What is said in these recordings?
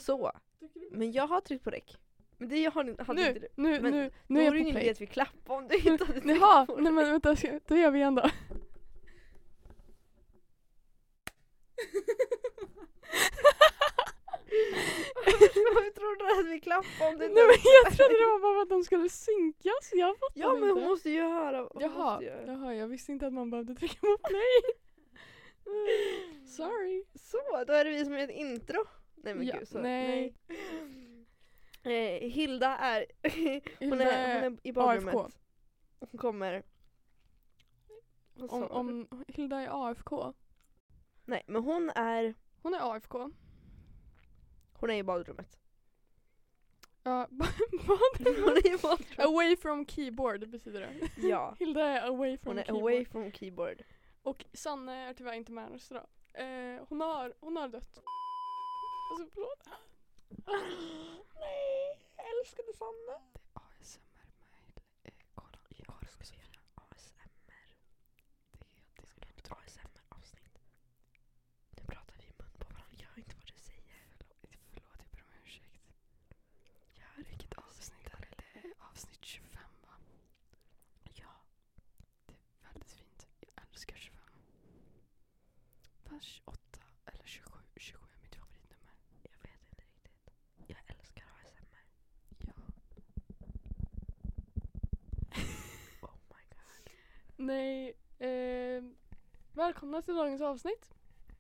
Så. Men jag har tryckt på räck. Men det hade inte du. Nu Men är då jag är det på ingen idé play. att vi klappar om du inte hade tryckt Jaha, på nej men vänta, då gör vi igen då. Jag trodde att vi klappade om du inte Nej, men hade jag trodde det var bara för att de skulle synkas. Jag fattade Ja, men inte. hon måste ju höra. Hon måste ju. Jaha, jag visste inte att man behövde trycka på play. Sorry. Så, då är det vi som är ett intro. Nej men Ja, gud, så. nej. Hilda är hon Hilda är i badrummet. AFK. Hon kommer. Vad sa du? Om Hilda är AFK. Nej, men hon är AFK. i badrummet. Ja, Hon är i badrummet. away from keyboard betyder det. Ja. Hilda är away from Hon är keyboard. away from keyboard. Och Sanne är tyvärr inte med oss idag. Hon har dött. Alltså förlåt. Nej, jag älskade Sanne. Det är ASMR med kolla. Jag ska göra ASMR. Det ska bli ett ASMR-avsnitt. Nu pratar vi i mun på varandra. Jag hör inte vad du säger. Förlåt, jag ber om ursäkt. Vilket avsnitt är det? Det är avsnitt 25 va? Ja. Det är väldigt fint. Jag älskar 25. Fast 28 eller 27 är mitt favoritnummer. Jag vet inte riktigt. Jag älskar ASMR. Ja. Oh my god. Nej, välkomna till dagens avsnitt.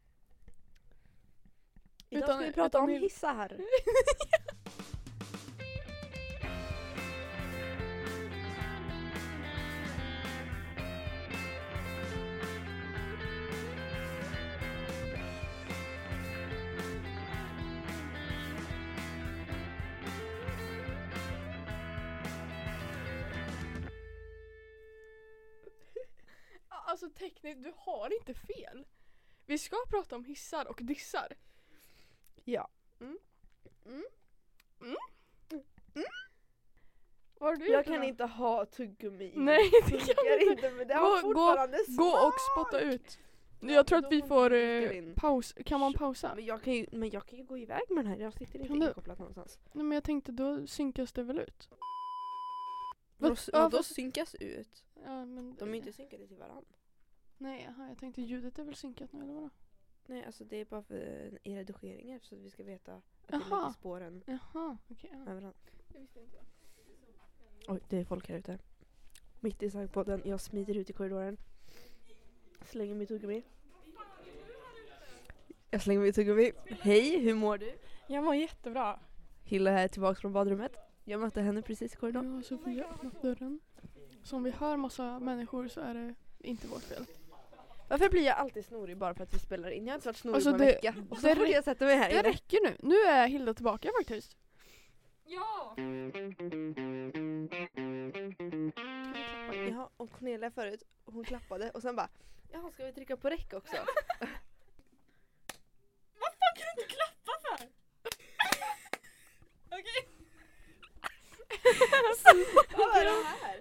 Idag ska vi prata om hissar. Alltså tekniskt, du har inte fel. Vi ska prata om hissar och dissar. Ja. Vad har du Jag gjort kan idag? inte ha tuggummi. Nej, det kan funkar du inte. Men det har fortfarande Gå och spotta ut. Ja, Jag tror då att vi får får vi spela in. paus. Kan man pausa? Men jag kan ju gå iväg med den här. Jag sitter inte Kan du? inkopplat någonstans. Nej, men jag tänkte då synkas det väl ut. Då fast- synkas ut. Ja, men De är inte synkade till varandra. Nej, aha, jag tänkte ljudet är väl synkat nu eller vadå? Nej, alltså det är bara för i redigeringen så att vi ska veta att vi Jaha. lägger spåren Jaha, okej. Ja. överallt. Det visste inte jag. Oj, det är folk här ute. Mitt i sagpodden. Jag smiter ut i korridoren. Slänger mitt tuggummi. Hej, hur mår du? Jag mår jättebra. Hilda är tillbaka från badrummet. Jag mötte henne precis i korridoren. Nu har Sofia öppnat dörren. Så om vi hör massa människor så är det inte vårt fel. Varför blir jag alltid snorig bara för att vi spelar in? Jag har inte varit snorig Alltså på en det- vecka. Och så det får jag sätta mig här Det inne. räcker nu. Nu är Hilda tillbaka faktiskt. Ja! Ja, och Cornelia förut, hon klappade och sen bara, jaha, ska vi trycka på räck också? Vad fan kan du inte klappa för? Okej. Vad är det här?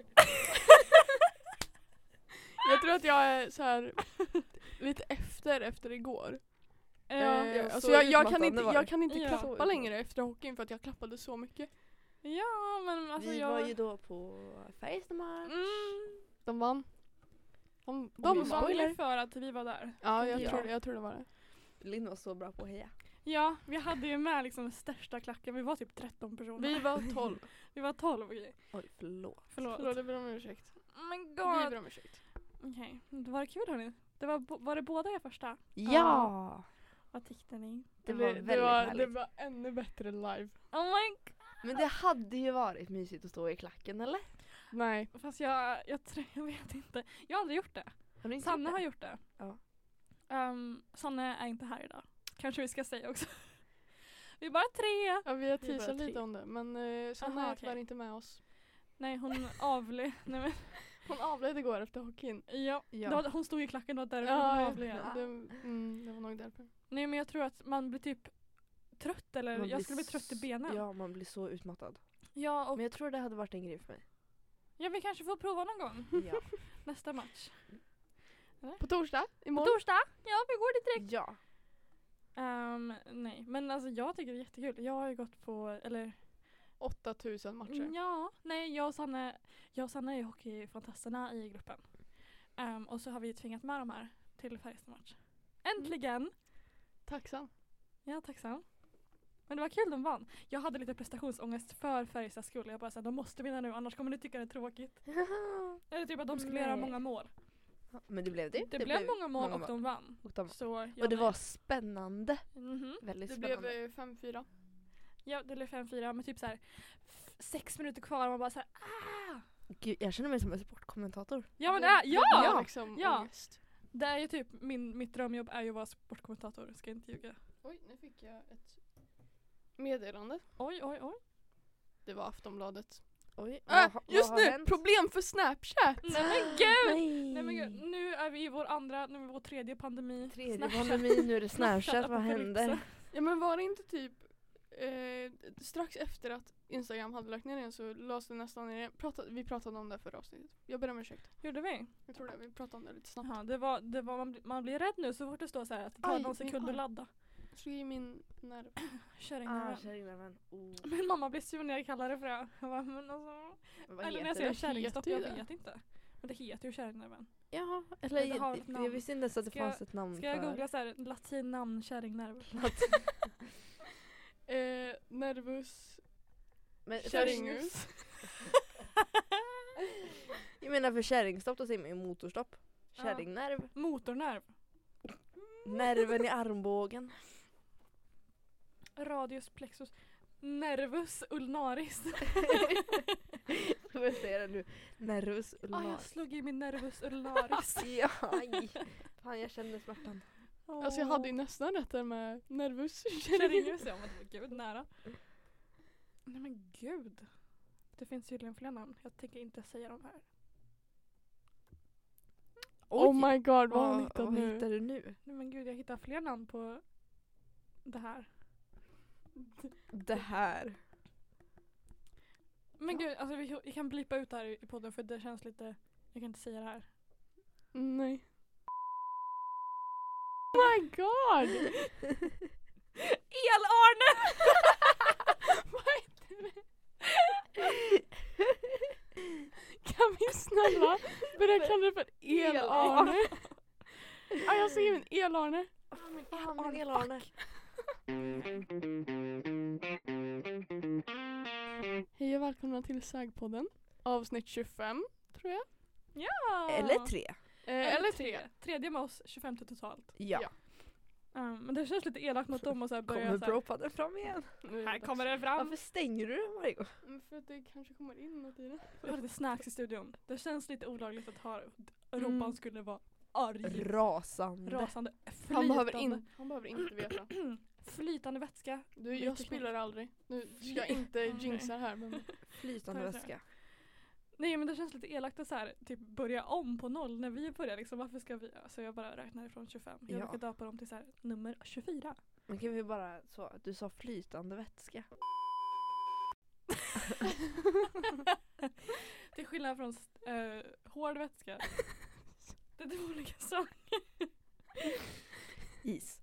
Jag tror att jag är så här lite efter igår. Alltså så jag kan utmattande var inte, det. jag kan inte Ja. klappa längre efter hockeyn för att jag klappade så mycket. Ja, men alltså Vi jag... var ju då på Färjestad-match. De vann. De De vann spoiler. ju för att vi var där. Ja, Ja. jag tror det var det. Linn var så bra på att heja. Ja, vi hade ju med liksom den största klacken. Vi var typ 13 personer. Vi var 12. Vi var 12, okej. Oj, förlåt. Förlåt. Förlåt, jag ber om ursäkt. Oh my Vi god. ber om ursäkt. Okej, det var kul hörni. Det var det båda er första? Ja! Vad tyckte ni? Det var väldigt det härligt. var ännu bättre live. Oh my god. Men det hade ju varit mysigt att stå i klacken, eller? Nej. Fast jag vet inte. Jag har aldrig gjort det. Har du inte Sanne gjort har det? gjort det. Ja. Sanne är inte här idag. Kanske vi ska säga också. Vi är bara 3. Ja, vi har Vi är bara teasat 3. lite om det. Men Sanna Aha, är tyvärr okej. inte med oss. Nej, hon avled. Nej, men, Hon avled igår efter hockeyn. ja. Ja. Hon stod i klacken och därför hon avled. Det var nog därför. Nej, men jag tror att man blir typ trött eller Man jag blir skulle bli trött i benen. Ja, man blir så utmattad. Ja, och Men jag tror det hade varit en grej för mig. ja, vi kanske får prova någon gång. Ja. Nästa match. På torsdag? På Imorgon? torsdag? Ja, vi går dit direkt. Ja. Nej, men alltså jag tycker det är jättekul. Jag har ju gått på, eller 8000 matcher. ja, nej, jag och Sanna är ju hockeyfantasterna i gruppen. Och så har vi tvingat med de här till Färjestad-match. Äntligen! Tacksam. Ja, tacksam. Men det var kul de vann. Jag hade lite prestationsångest för Färjestads skull. Jag bara sa, de måste vinna nu, annars kommer ni tycka det är tråkigt. Eller typ att de skulle göra många mål. Men det blev det. Det blev många mål och de vann. Så Och det var spännande. Väldigt Det spännande. blev 5-4. Ja, det blev 5-4 med typ så här 6 minuter kvar och man bara så här, Gud, jag känner mig som en sportkommentator. Ja, men det är, Det var ja! liksom Ja. ångest. Det är ju typ mitt drömjobb är ju att vara sportkommentator, ska jag inte ljuga. Oj, nu fick jag ett meddelande. Oj. Det var Aftonbladet. Oj, Just vad nu! har hänt? Problem för Snapchat! Nej men gud! Nej. Nej men gud, nu är vi i vår tredje pandemi. Tredje Snapchat. pandemi, nu är det Snapchat, vad Snapchat-apokalypsen. händer? Ja, men var det inte typ strax efter att Instagram hade lagt ner den så lades det nästan ner. Vi pratade om det förra avsnittet. Jag ber om ursäkt. Gjorde vi? Jag tror det. Vi pratade om det lite snabbt. Ja, det var man blir rädd nu så fort det står så här att det tar Aj, någon sekund min att arm. ladda. Jag slog i min nerv. Kärringnerven. Kärringnerven. Oh. Min mamma blir sur när jag kallar det för det. Jag bara, men alltså. Vad Eller när jag heter säger det? kärringstopp, heter ju jag det. vet inte. Men det heter ju kärringnerven. Ja, Men det har eller ett namn. jag visste inte ens att det Ska jag- fanns ett namn Ska jag för googla så här latinnamn kärringnerv? Nervus. Men Kärringus. jag menar för kärringstopp då säger man ju motorstopp. Kärringnerv. Motornerv. Nerven i armbågen. Radius plexus. Nervus ulnaris. Vad säger det nu? Nervus Jag ulnaris. slog i min nervus ulnaris. Ja, aj. Fan jag kände smärtan. Alltså jag hade ju nästan rätt där med nervus. Kärringus, ja men gud nära. Nej men gud. Det finns tydligen fler namn. Jag tänker inte säga dem här. Oh my god, vad har hon hittat vad nu? hittar du nu? Nej men gud, jag hittar fler namn på det här. Det här. Men gud, alltså vi kan blipa ut det här i podden för det känns lite, jag kan inte säga det här. Nej. Oh my god! El-Arne! Vad heter det? Kan vi snälla börja kalla det för El-Arne? Ja, jag ser en El-Arne. Fan, min El-Arne. Hej och välkomna till Sägpodden. Avsnitt 25, tror jag. Ja! Eller 3. Eller 3. Tredje med oss, 25 totalt. Ja. Ja. Men det känns lite elakt mot dem och så här börja Kommer så här, bropodden fram igen? här kommer det fram. Varför stänger du den varje gång? För att det kanske kommer in något i det. Vi har lite snacks i studion. Det känns lite olagligt att ha Robban skulle vara arg. Rasande. Rasande. Han behöver, Flytande. han behöver inte veta. Flytande vätska. Du, jag spiller aldrig. Nu ska jag inte jinxa det här. Men Flytande vätska. Nej men det känns lite elakt att så här, typ börja om på noll när vi börjar liksom. Varför ska vi? Så jag bara räknar ifrån 25. Jag Ja. brukar döpa dem till så här, nummer 24. Men kan vi bara så, du sa flytande vätska. Till skillnad från hård vätska. Det är två olika saker. Is.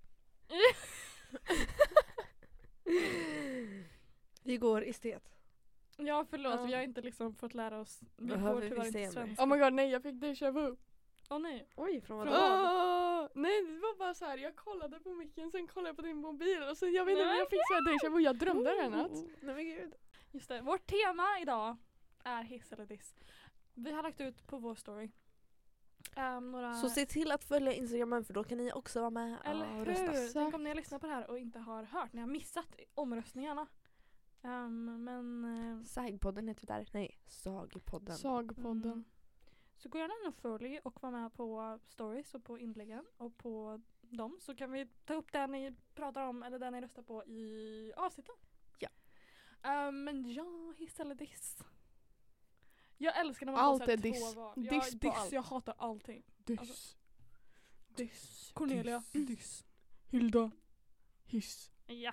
Vi går estet. Ja förlåt, Ja. vi har inte liksom fått lära oss. Vi Behöver får vi tyvärr säga inte mer? svenska. oh my god, nej, jag fick déjà vu. Åh nej. Oj, från vad Från då? vad? Nej, det var bara så här. Jag kollade på micken, sen kollade jag på din mobil och sen jag vet inte Nej, men jag fick så här déjà vu. Jag drömde det här natt. Nej men gud. Just det, vårt tema idag är hiss eller diss. Vi har lagt ut på vår story. Några... Så se till att följa Instagramen för då kan ni också vara med Eller och hur? rösta. Tänk om ni har lyssnat på det här och inte har hört. Ni har missat omröstningarna. Sägpodden heter vi där. Nej, Sagpodden. Sagpodden. Så gå gärna in och följ och var med på stories och på inläggen och på dem. Så kan vi ta upp det ni pratar om eller det ni röstar på i avsnittet. Ja. Men ja, hiss eller diss. Jag älskar när man Allt får så här är diss. två val. Diss på diss, allt. jag hatar allting. Diss. Alltså- Diss. Cornelia, Diss. Hilda. Hiss. Ja.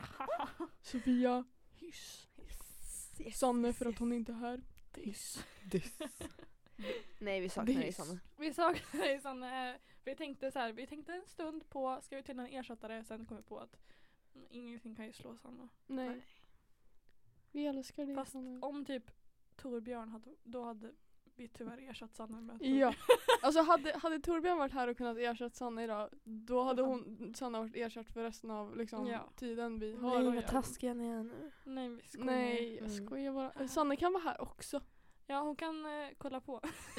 Sofia. Hiss. Yes, Sanne för att hon inte är här. Diss. Diss. Nej, vi saknar dig Diss. Sanna. Vi saknar dig Sanne. Vi tänkte en stund på, ska vi till en ersättare? Sen kom vi på att ingenting kan ju slå Sanna. Nej. Vi älskar dig Fast Sanna. om typ Torbjörn då hade vi tyvärr ersatt Sanna med Ja, alltså hade Torbjörn varit här och kunnat ersätta Sanna idag, då hade Sanna varit ersatt för resten av liksom, Ja. tiden vi har. Nej, att vad göra. taskiga ni är nu. Nej, vi skojar. Nej, jag Mm. skojar bara. Sanna kan vara här också. Ja, hon kan kolla på.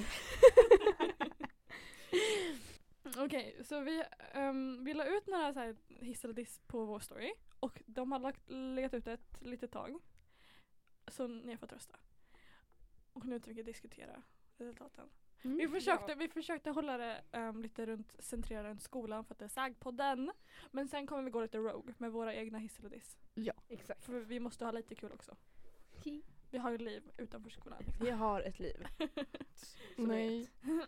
Okej, så vi la ut några så här hiss eller diss på vår story. Och de har legat ut ett litet tag. Så ni har fått rösta. Och nu tänker vi diskutera resultaten. Mm. Vi försökte hålla det lite centrera runt skolan för att det är SAG på den. Men sen kommer vi gå lite rogue med våra egna hiss eller diss. Exakt. För vi måste ha lite kul också. Vi har ju liv utanför skolan. Liksom. Vi har ett liv. Nej.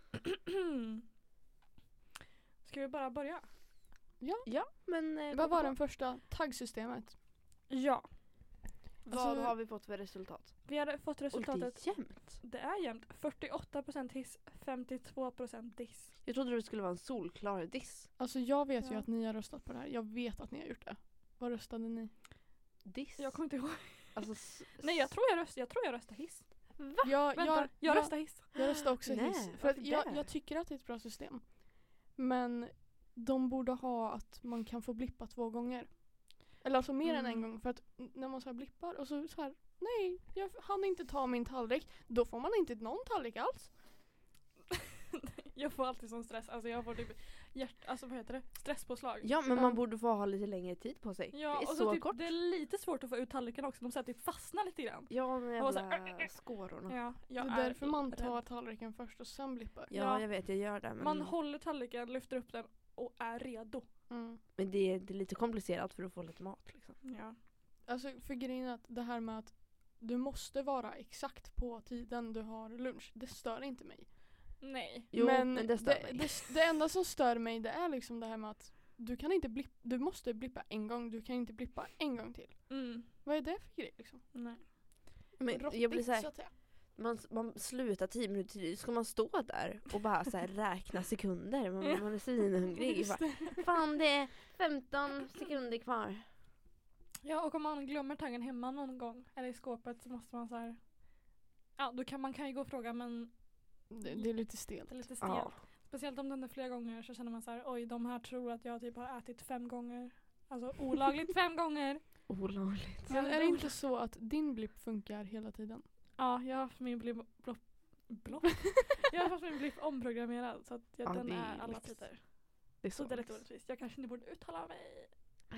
Ska vi bara börja? Ja, men Vad var den första taggsystemet? Ja. vad Alltså- har vi fått för resultat? Vi hade fått Och resultatet. det är jämnt. Det är jämnt. 48% hiss, 52% diss. Jag trodde det skulle vara en solklar diss. Alltså jag vet ju Ja. att ni har röstat på det här. Jag vet att ni har gjort det. Vad röstade ni? Diss? Jag kommer inte ihåg. Alltså, Nej, jag tror jag röstar hiss. Jag, Jag röstar hiss. jag röstar också Nej, hiss. För att varför det? jag tycker att det är ett bra system. Men de borde ha att man kan få blippa 2 gånger. Eller alltså mer än en gång. För att när man så här blippar och så här, nej, jag hann inte ta min tallrik. Då får man inte någon tallrik alls. Jag får alltid sån stress. Alltså jag får typ alltså vad heter det? Stresspåslag. ja, men man borde få ha lite längre tid på sig. Ja, det är och så typ, kort. det är lite svårt att få ut tallriken också. De säger typ fastnar lite grann. Ja, med Och så jävla skårorna. Ja, Det jag är därför man rädd. tar tallriken först och sen blippar. Ja, jag vet, jag gör det. Men, Man håller tallriken, lyfter upp den och är redo. Mm. men det är lite komplicerat för att få lite mat. Liksom. Ja. Alltså för grejen är att det här med att du måste vara exakt på tiden du har lunch, det stör inte mig. Nej. Jo, men det stör mig. Det enda som stör mig, det är liksom det här med att du kan inte du måste blippa en gång, du kan inte blippa en gång till. Vad är det för grej liksom? Nej. Men jag blir Rottigt, så här, så att säga. man slutar 10 minuter tidigt. Ska man stå där och bara så här räkna sekunder? Man är svinhungrig. Just Bara, fan, det är 15 sekunder kvar. Ja, och om man glömmer taggen hemma någon gång eller i skåpet så måste man så här. Ja, man kan ju gå och fråga, men Det är lite stelt. det är lite stelt. Ja. Speciellt om den är flera gånger så känner man så här, oj, de här tror att jag typ har ätit 5 gånger. Alltså olagligt 5 gånger. Olagligt. Men är det inte så att din blipp funkar hela tiden? Ja, jag har haft min blipp jag har haft min blipp omprogrammerad så att Ja, den det är är alla lite- tider. Det är Så det är lite nice. orättvist. Jag kanske inte borde uttala mig.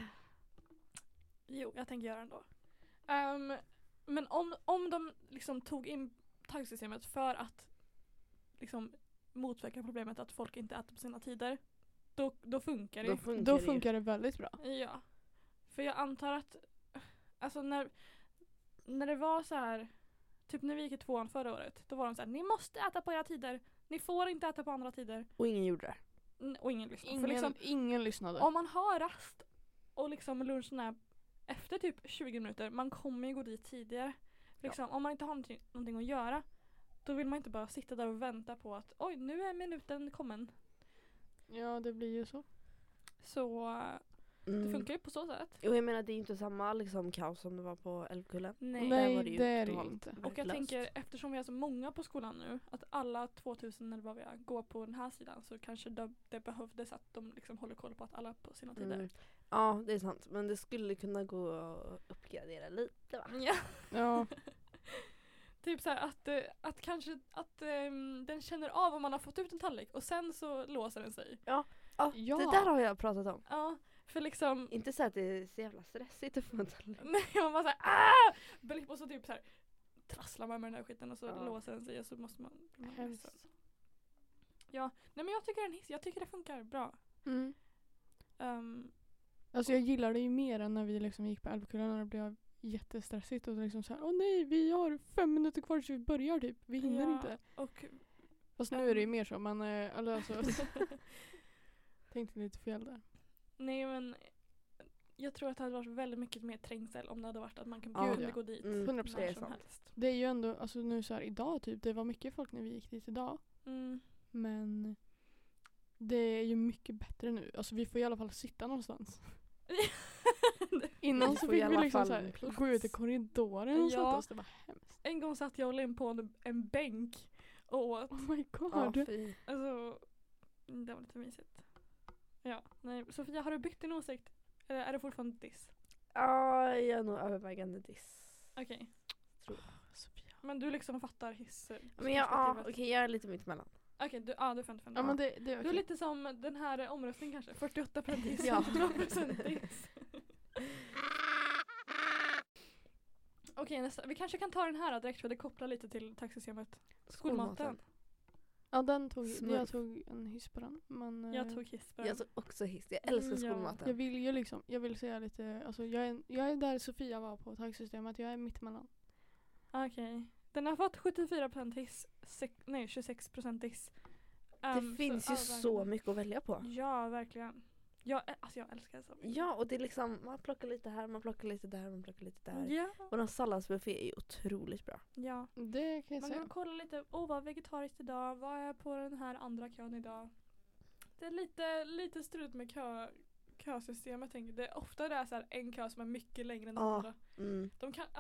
Jo, jag tänker göra det ändå. Men om de liksom tog in taggsystemet för att liksom motverka problemet att folk inte äter på sina tider, då funkar det. Då funkar det väldigt bra. Ja. För jag antar att alltså när det var så här typ när vi gick i 2:an förra året, då var de så här, ni måste äta på era tider. Ni får inte äta på andra tider. Och ingen gjorde det. Och ingen lyssnade. För liksom, Ingen lyssnade. om man har rast och liksom lunchen är efter typ 20 minuter, man kommer ju gå dit tidigare. Liksom, om man inte har någonting att göra, då vill man inte bara sitta där och vänta på att oj, nu är minuten kommen. Ja, det blir ju så. Så det funkar ju på så sätt. Och jag menar, det är inte samma liksom kaos som det var på Älvkullen. Nej. Nej, Där var det ju det är det totalt inte. Och jag värdelöst. tänker, eftersom vi är så många på skolan nu, att alla 2000 eller vad vi är går på den här sidan, så kanske det behövdes att de liksom håller koll på att alla är på sina tider. Mm. Ja, det är sant. Men det skulle kunna gå att uppgradera lite, va? Ja. Ja, Typ så här att kanske att den känner av om man har fått ut en tallrik och sen så låser den sig. Ja, Ja. det där har jag pratat om. Ja, för liksom Inte så att det är så jävla stressigt att få en tallrik. nej, man bara såhär blipp och så typ så här trasslar man med den där skiten och så Ja. låser den sig och så måste man Hemskt. Ja, nej men jag tycker det funkar bra. Mm. Um, Alltså jag gillar det ju mer än när vi liksom gick på Älvkullen och det blev jättestressigt och liksom så här, åh nej, vi har 5 minuter kvar så vi börjar typ. Vi hinner ja, inte. och Fast nu är det ju mer så, men alltså tänkte lite fel där. nej men jag tror att det hade varit väldigt mycket mer trängsel om det hade varit att man Ja, kunde ja. gå dit 100%. det är när som sant. helst. Det är ju ändå, alltså nu så här idag typ, det var mycket folk när vi gick dit idag. Mm. Men det är ju mycket bättre nu. Alltså vi får i alla fall sitta någonstans. Innan Vi så får i fick vi alla liksom fall så en här, plats. gå ut i korridoren och Ja. sätta oss. Det var hemskt. En gång satt jag och Linn på en bänk och åt. Oh my Ja, god. fy. Alltså, det var lite mysigt. Ja, nej. Sofia, har du bytt din åsikt? Eller är det fortfarande diss? Ja, jag är nog övervägande diss. Okej. Sofia. Men du liksom fattar Men jag är lite mittemellan. Okej, du är 55. Ja men det är Du är okej. lite som den här omröstningen kanske. 48% diss, Ja. 52% diss. Okej, nästa. Vi kanske kan ta den här direkt för det kopplar lite till taxsystemet. Skolmaten. Ja den tog, Smurf. jag tog en hiss på den. Men Jag tog hiss på den. Jag tog också hiss. Jag älskar Ja. skolmaten. jag vill ju liksom, jag vill säga lite, alltså jag är där Sofia var på taxsystemet, jag är mittemellan. Okej. Den har fått 74% hiss. 26% diss. Det finns ju så mycket att välja på. Ja, verkligen. Jag älskar det så mycket. Ja, och det är liksom, man plockar lite här, man plockar lite där, man plockar lite där. Ja. Och den salladsbuffé är ju otroligt bra. Ja. Det kan jag Man säga. kan kolla lite, vad är vegetariskt idag? Vad är på den här andra kön idag? Det är lite struligt med kösystemet. Tänker jag. Det är ofta det är så här en kö som är mycket längre än den Ja. andra. Mm.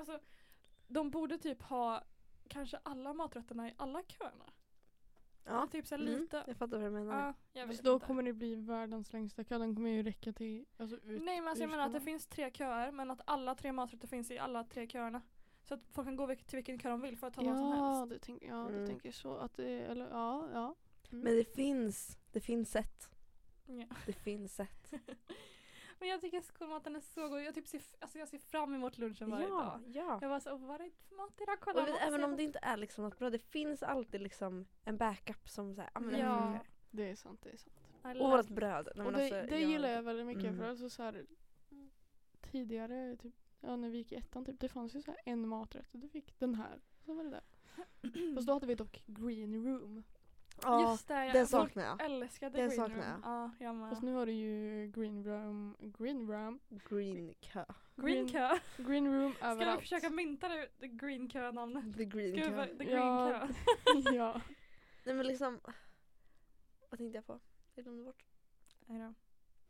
De borde typ ha kanske alla maträtterna i alla köerna. Ja, Typ så här lite. jag fattar vad du menar. Ja, jag vet Fast då inte. kommer det bli världens längsta kö. Den kommer ju räcka till, alltså ut. Nej, men alltså jag ur menar att det skolan. finns 3 köer men att alla 3 maträtter finns i alla 3 köerna. Så att folk kan gå till vilken kö de vill för att ta vad som Ja, helst. du tänker så att det, eller ja. Mm. Men det finns sätt. Ja. Det finns sätt. Men jag tycker skolmaten är så god. Jag ser fram emot lunchen varje dag. ja. Jag var så, vad är det för mat idag? Kolla. Och vad även ser om jag det inte är liksom något bra, det finns alltid liksom en backup som så här, ja men det Ja. funkar. Det är sant, det är sant. på? I Och like vårt it. bröd. Nej, Och men det alltså, gillar jag väldigt mycket Mm. för alltså så här, tidigare typ, ja när vi gick i ettan typ, det fanns ju så här en maträtt och du fick den här. Så var det där. Fast då hade vi dock green room. Ja, Just det, det saknar jag. älskade Det green saknar room. jag. Ja, jag med. Fast nu har du ju green room Green kö. Green kö. green room Ska vi överallt. försöka mynta det green kö-namnet? The green Ska vi kö. bara- the green Ja. kö. Ja. Nej men liksom, vad tänkte jag på? Jag glömde bort. Nej då.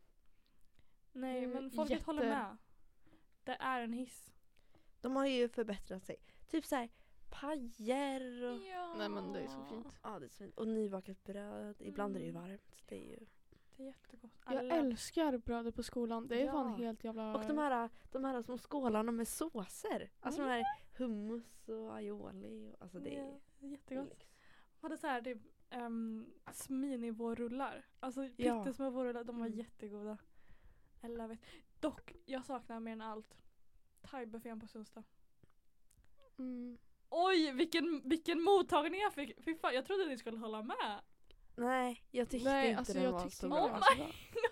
Nej, men folket Jätte- håller med. Det är en hiss. De har ju förbättrat sig. Typ så här pajer och... Ja. Nej men det är så fint. Ja, det är så fint. Och nybakat bröd. Ibland är det ju Mm. varmt. Det är ju... Det är jättegott. Jag älskar brödet på skolan. Det är fan Ja. helt jävla... Och de här små skålarna med såser. Alltså de här hummus och aioli. Alltså det är Ja, jättegott. lyx. Jag hade så här typ mini-vårrullar. Alltså Ja. pyttesmå vårrullar. De var Mm. jättegoda. I love it. Dock, jag saknar mer än allt thai-buffén på Sundsta. Mm. Oj, vilken mottagning jag fick. Fy fan, jag trodde ni skulle hålla med. Nej, jag tyckte Nej, inte alltså den jag var tyckte så inte bra. det var så bra.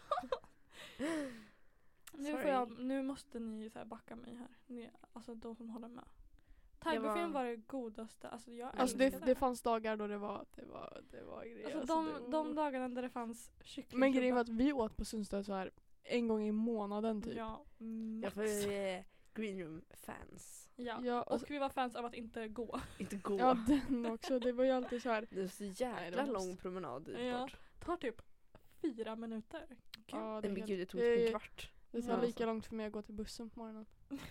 Nu måste ni så här backa mig här. Alltså de som håller med. Jag Thai-buffén var- var det godaste. Alltså jag Alltså älskade det fanns dagar då det var grejer. Alltså det de dagarna där det fanns kyckling. Men grejen var att vi åt på Sundsta så här en gång i månaden typ. Ja, Jag max. får green room fans. Ja. Ja, och, Och vi var fans av att inte gå. Inte gå. ja den också. Det var ju alltid så här. Det är så Nej, jäkla det var lång promenad dit Ja. bort. Tar typ 4 minuter. Kul. Ja, Nej det, men är gud, helt, det tog typ det- en kvart. det tar Ja, lika alltså. långt för mig att gå till bussen på morgonen.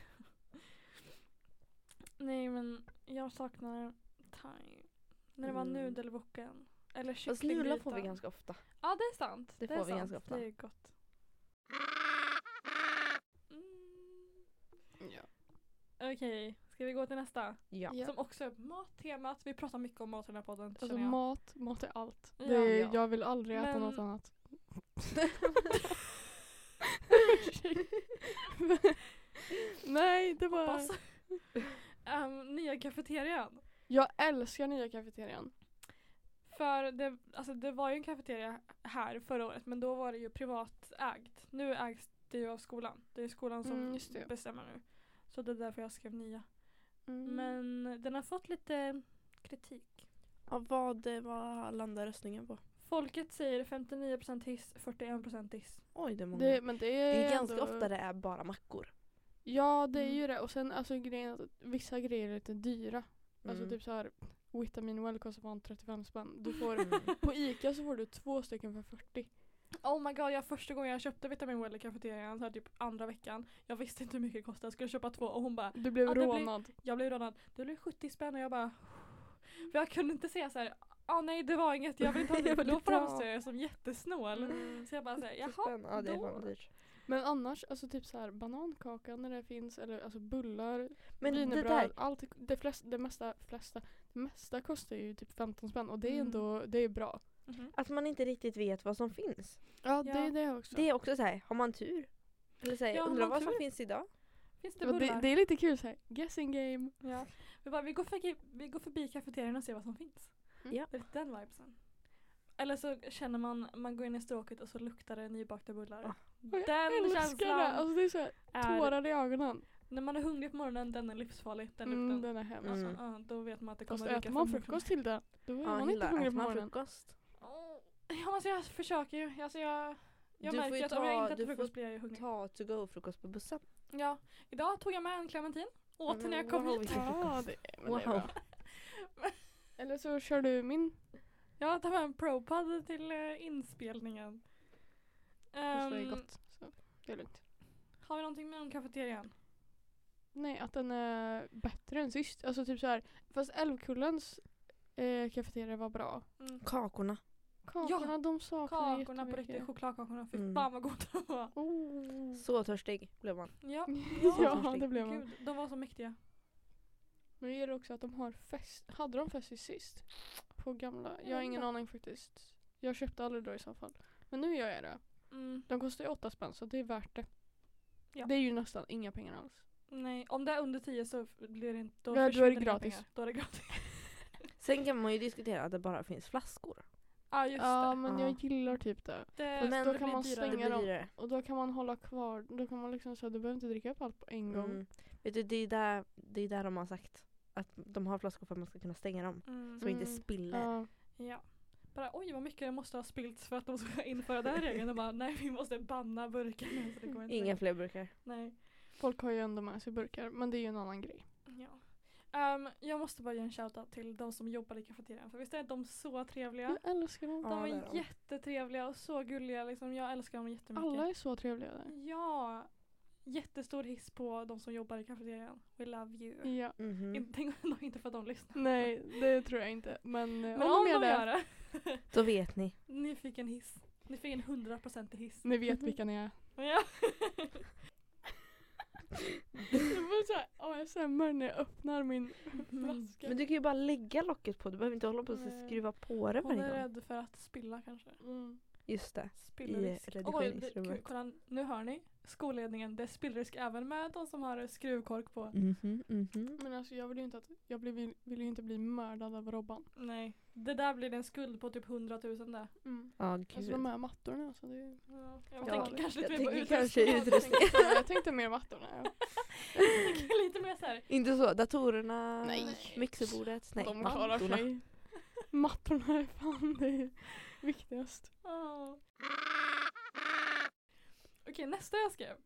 Nej men jag saknar thai. När det var Mm. nudelwoken. Eller Fast kycklinggryta. nudlar får vi ganska ofta. Ja det är sant. Det är får vi sant. ganska ofta. Det är gott. Ja. Okej, ska vi gå till nästa? Ja. Ja. Som också är mattemat. Vi pratar mycket om mat i den här podden. Alltså känner jag. mat är allt. Ja. Det är, Ja. Jag vill aldrig äta Men- något annat. Nej, det var... Hoppas. Nya kafeterian. Jag älskar nya kafeterian. För det var ju en kafeteria här förra året men då var det ju privatägt. Nu ägs det ju av skolan. Det är skolan som just det. bestämmer nu. Så det är därför jag skrev nya. Mm. Men den har fått lite kritik. Ja, vad landar röstningen på? Folket säger 59% hiss, 41% diss. Oj, det är många. Men det Det är ganska ändå- ofta det är bara mackor. Ja, det är ju det. Och sen alltså grejen är att vissa grejer är lite dyra. Alltså Mm. typ så här Vitamin Well kostar fan 35 spänn. Du får Mm. på ICA så får du 2 stycken för 40. Oh my god, första gången jag köpte Vitamin Well i kafeterian, så här typ andra veckan. Jag visste inte hur mycket det kostade, jag skulle köpa 2 och hon bara, Du blev Ja, det blir- rånad. jag blev rånad. Det blev 70 spänn och jag bara, för jag kunde inte säga så här. Nej det var inget, jag vill inte ha det, Jag för vill då ta. framstår jag som jättesnål. Mm. Så jag bara säger, jaha. Spänn. Ja, det är då. fan dyrt. Men annars, alltså typ så här banankaka när det finns, eller alltså bullar, Men det wienerbröd, där, allt, det mesta kostar ju typ 15 spänn och det är Mm. ändå, det är bra. Mhm. att man inte riktigt vet vad som finns. Ja, det Ja. är det också. Det är också så här, har man tur? Eller så här, Ja, har undrar man vad som tur? finns idag? Finns det Och bullar? det är lite kul så här, guessing game. Ja. Vi går förbi kafeterian och ser vad som finns. Ja. Det är lite den vibesen. Eller så känner man går in i stråket och så luktar det nybakta bullar. Ah. Och jag Den älskar känslan det. Alltså det är så här, är, tårar i ögonen. när man är hungrig på morgonen, den är livsfarlig. Den lukten. Den är hemsk. Mm. Alltså, då vet man att det Fast kommer äter man frukost till det, då är Ja, man inte Hilda, hungrig äter på man morgonen. frukost? Ja, alltså jag försöker ju. Alltså jag Du får märker ju att om jag inte du äter får frukost blir jag ju hungrig. Ta to go frukost på bussen. Ja, idag tog jag med en clementin. Åt när jag kom Wow, hit. vilken Ja, frukost. men det är Wow. bra. Eller så kör du min. Jag tar med en ProPod till inspelningen. Och så är det Ehm, gott. Så det är lugnt. Har vi någonting med om kafeterian? Nej, att den är bättre än sist. Alltså typ så här. Fast Älvkullens kafeteria var bra. Kakorna. Kakorna, de saknar jag Kakorna på jättemycket. riktigt, chokladkakorna. Fy Mm. fan vad goda de var. Oh. Så törstig blev man. Ja, Ja, törstig. det blev man. gud, de var så mäktiga. Men det är också att de har fest. Hade de fest i sist? På gamla? Jag har vet ingen inte. aning faktiskt. Jag köpte aldrig då i så fall. Men nu gör jag det. Mm. De kostar ju 8 spänn så det är värt det. Ja. Det är ju nästan inga pengar alls. Nej, om det är under 10 så blir det inte, Ja, då är det försvinner inga gratis. pengar. Då är det gratis. Sen kan man ju diskutera att det bara finns flaskor. Ja just Ja, det. men Ja. jag gillar typ det. Men då det kan blir man dyrare. Det stänga blir dem. dyrare. Och då kan man hålla kvar. Då kan man liksom säga du behöver inte dricka upp allt på en gång. Mm. Vet du, det är där de har sagt att de har flaskor för att man ska kunna stänga dem. Mm. Så inte Mm. spiller. Ja. Ja. Bara oj vad mycket det måste ha spillts för att de ska införa den regeln. Och bara nej vi måste banna burkarna. Så det kommer inte Inga fler burkar. Nej. Folk har ju ändå med sig burkar. Men det är ju en annan grej. Ja. Jag måste bara ge en shoutout till de som jobbar i kafeterian. För visst är de så trevliga? Jag älskar dem. Ja, De det är är de. jättetrevliga och så gulliga. Liksom. Jag älskar dem jättemycket. Alla är så trevliga där. Ja. Jättestor hiss på de som jobbar i kafeterian. We love you. Ja. Mhm. Inte för att de lyssnar. Nej, det tror jag inte. Men, Men om de gör det. Då vet ni. Ni fick en hiss. Ni fick en 100% hiss. Ni vet vilka ni är. Ja. Det var såhär ASMR när jag öppnar min flaska. Men du kan ju bara lägga locket på. Du behöver inte hålla på och Nej. skruva på det Hon varje är gång. rädd för att spilla kanske. Mm. Just det. Spillrisk. redigeringsrummet. Kolla, nu hör ni. Skolledningen, det är spillrisk även med de som har skruvkork på. Mhm, mhm. Men alltså jag vill ju inte vill ju inte bli mördad av Robban. Nej. Det där blir en skuld på typ 100 000 där. Mm. Ja, Alltså gud. de här mattorna så det är... Ja, Ja, jag tänker kanske jag lite mer på tänker kanske utrustning. utrustning. Jag tänkte mer mattorna. Ja. Jag tänker lite mer såhär. Inte så. Datorerna, Nej. mixerbordet. Nej, De klarar mattorna. sig. Mattorna är fan det viktigast. Okej, nästa jag skrev.